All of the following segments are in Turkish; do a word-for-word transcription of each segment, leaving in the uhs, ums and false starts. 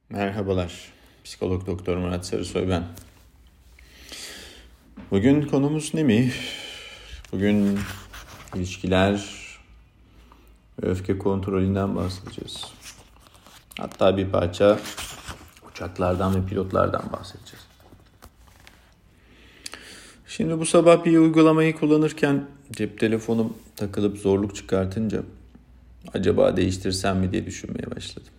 Merhabalar, psikolog doktor Murat Sarısoy ben. Bugün konumuz ne mi? Bugün ilişkiler ve öfke kontrolünden bahsedeceğiz. Hatta bir parça uçaklardan ve pilotlardan bahsedeceğiz. Şimdi bu sabah bir uygulamayı kullanırken cep telefonum takılıp zorluk çıkartınca acaba değiştirsem mi diye düşünmeye başladım.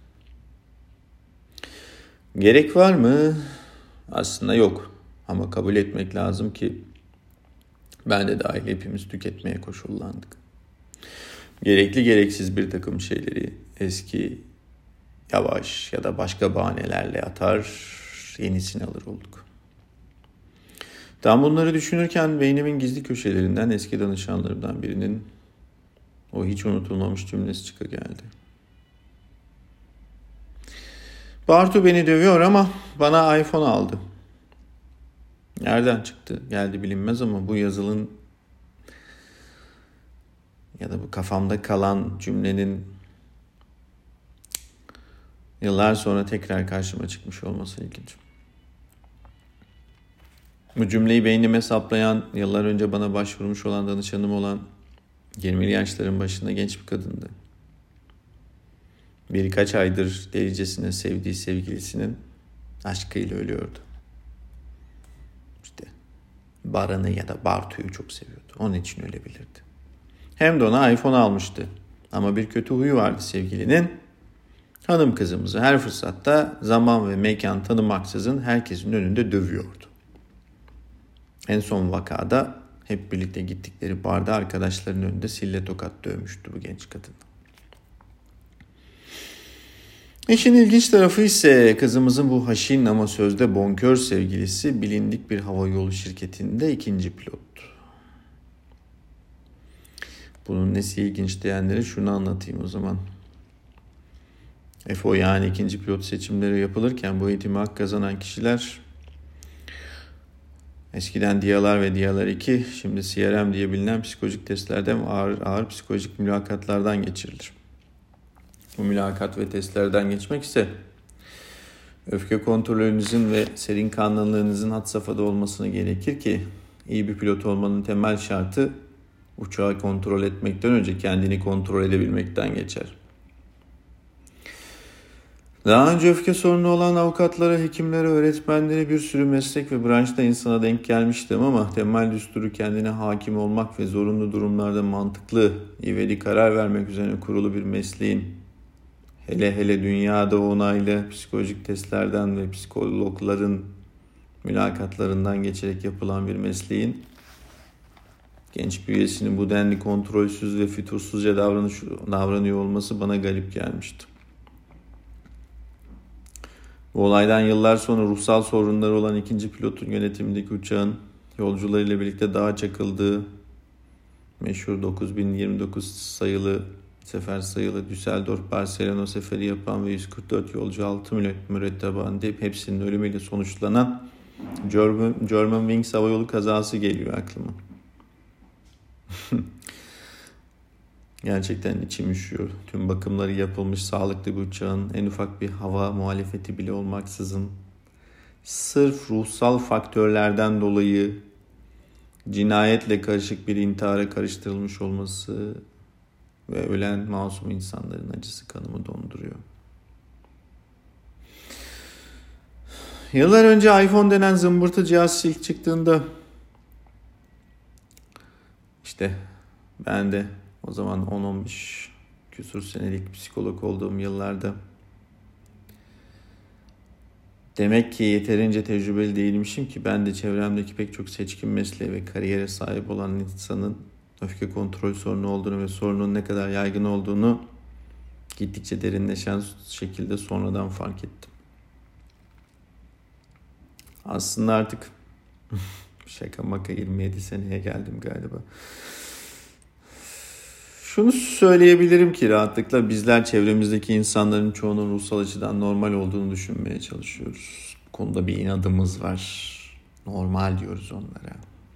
Gerek var mı? Aslında yok. Ama kabul etmek lazım ki ben de dahil hepimiz tüketmeye koşullandık. Gerekli gereksiz bir takım şeyleri eski, yavaş ya da başka bahanelerle atar, yenisini alır olduk. Tam bunları düşünürken beynimin gizli köşelerinden eski danışanlarımdan birinin o hiç unutulmamış cümlesi çıkageldi. Bartu beni dövüyor ama bana iPhone aldı. Nereden çıktı geldi bilinmez ama bu yazılın ya da bu kafamda kalan cümlenin yıllar sonra tekrar karşıma çıkmış olması ilginç. Bu cümleyi beynime saplayan, yıllar önce bana başvurmuş olan danışanım olan yirmili yaşların başında genç bir kadındı. Birkaç aydır delicesine sevdiği sevgilisinin aşkıyla ölüyordu. İşte Baran'ı ya da Bartu'yu çok seviyordu. Onun için ölebilirdi. Hem de ona iPhone almıştı. Ama bir kötü huyu vardı sevgilinin. Hanım kızımızı her fırsatta zaman ve mekan tanımaksızın herkesin önünde dövüyordu. En son vakada hep birlikte gittikleri barda arkadaşlarının önünde sille tokat dövmüştü bu genç kadın. İşin ilginç tarafı ise kızımızın bu haşin ama sözde bonkör sevgilisi bilindik bir havayolu şirketinde ikinci pilottu. Bunun nesi ilginç diyenlere şunu anlatayım o zaman. F O yani ikinci pilot seçimleri yapılırken bu eğitimi hak kazanan kişiler eskiden D L R ve D L R iki, şimdi C R M diye bilinen psikolojik testlerden ve ağır, ağır psikolojik mülakatlardan geçirilir. Bu mülakat ve testlerden geçmek ise öfke kontrolünüzün ve serin kanlılığınızın had safhada olmasını gerekir ki iyi bir pilot olmanın temel şartı uçağı kontrol etmekten önce kendini kontrol edebilmekten geçer. Daha önce öfke sorunu olan avukatlara, hekimlere, öğretmenlere bir sürü meslek ve branşta insana denk gelmiştim ama temel düsturu kendine hakim olmak ve zorunlu durumlarda mantıklı, ivedi karar vermek üzerine kurulu bir mesleğin, hele hele dünyada onaylı psikolojik testlerden ve psikologların mülakatlarından geçerek yapılan bir mesleğin genç bir üyesinin bu denli kontrolsüz ve fütursuzca davranış, davranıyor olması bana garip gelmişti. Bu olaydan yıllar sonra ruhsal sorunları olan ikinci pilotun yönetimindeki uçağın yolcularıyla birlikte dağa çakıldığı meşhur dokuz bin yirmi dokuz sayılı sefer sayılı Düsseldorf-Barcelona seferi yapan ve yüz kırk dört yolcu altı mürettebanın deyip hepsinin ölümüyle sonuçlanan German, German Wings havayolu kazası geliyor aklıma. Gerçekten içim üşüyor. Tüm bakımları yapılmış sağlıklı bir uçağın en ufak bir hava muhalefeti bile olmaksızın sırf ruhsal faktörlerden dolayı cinayetle karışık bir intihara karıştırılmış olması ve ölen masum insanların acısı kanımı donduruyor. Yıllar önce iPhone denen zımbırtı cihaz ilk çıktığında işte ben de o zaman on on beş küsur senelik psikolog olduğum yıllarda demek ki yeterince tecrübeli değilmişim ki ben de çevremdeki pek çok seçkin mesleğe ve kariyere sahip olan insanın öfke kontrol sorunu olduğunu ve sorunun ne kadar yaygın olduğunu gittikçe derinleşen şekilde sonradan fark ettim. Aslında artık şaka maka yirmi yedi seneye geldim galiba. Şunu söyleyebilirim ki rahatlıkla bizler çevremizdeki insanların çoğunun ruhsal açıdan normal olduğunu düşünmeye çalışıyoruz. Bu konuda bir inadımız var. Normal diyoruz onlara.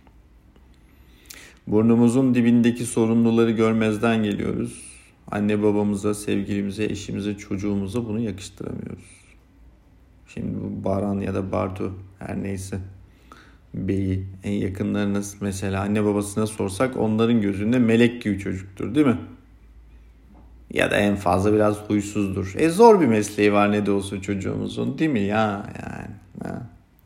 Burnumuzun dibindeki sorumluları görmezden geliyoruz. Anne babamıza, sevgilimize, eşimize, çocuğumuza bunu yakıştıramıyoruz. Şimdi bu Baran ya da Bartu her neyse beyi en yakınlarınız mesela anne babasına sorsak onların gözünde melek gibi çocuktur değil mi? Ya da en fazla biraz huysuzdur. E zor bir mesleği var ne de olsa çocuğumuzun değil mi ya yani. Ha.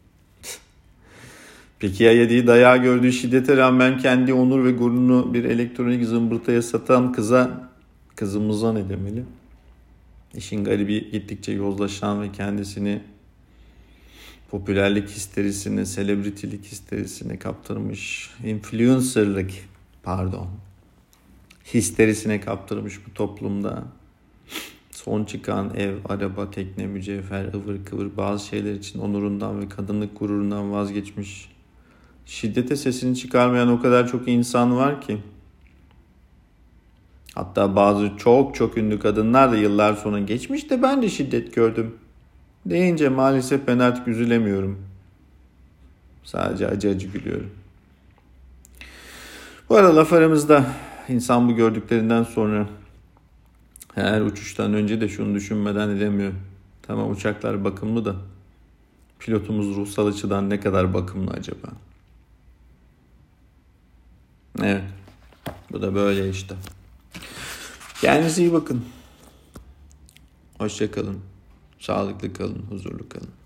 Peki ya yediği dayağı gördüğü şiddete rağmen kendi onur ve gururunu bir elektronik zımbırtaya satan kıza, kızımıza ne demeli? İşin garibi gittikçe yozlaşan ve kendisini popülerlik histerisine, selebritilik histerisine kaptırmış, influencerlık pardon, histerisine kaptırmış bu toplumda. Son çıkan ev, araba, tekne, mücevher, ıvır kıvır bazı şeyler için onurundan ve kadınlık gururundan vazgeçmiş. Şiddete sesini çıkarmayan o kadar çok insan var ki. Hatta bazı çok çok ünlü kadınlar da yıllar sonra geçmişte ben de şiddet gördüm deyince maalesef ben artık üzülemiyorum. Sadece acı acı gülüyorum. Bu arada laf aramızda insan bu gördüklerinden sonra her uçuştan önce de şunu düşünmeden edemiyor. Tamam uçaklar bakımlı da pilotumuz ruhsal açıdan ne kadar bakımlı acaba? Evet. Bu da böyle işte. Kendinize iyi bakın. Hoşça kalın. Sağlıklı kalın. Huzurlu kalın.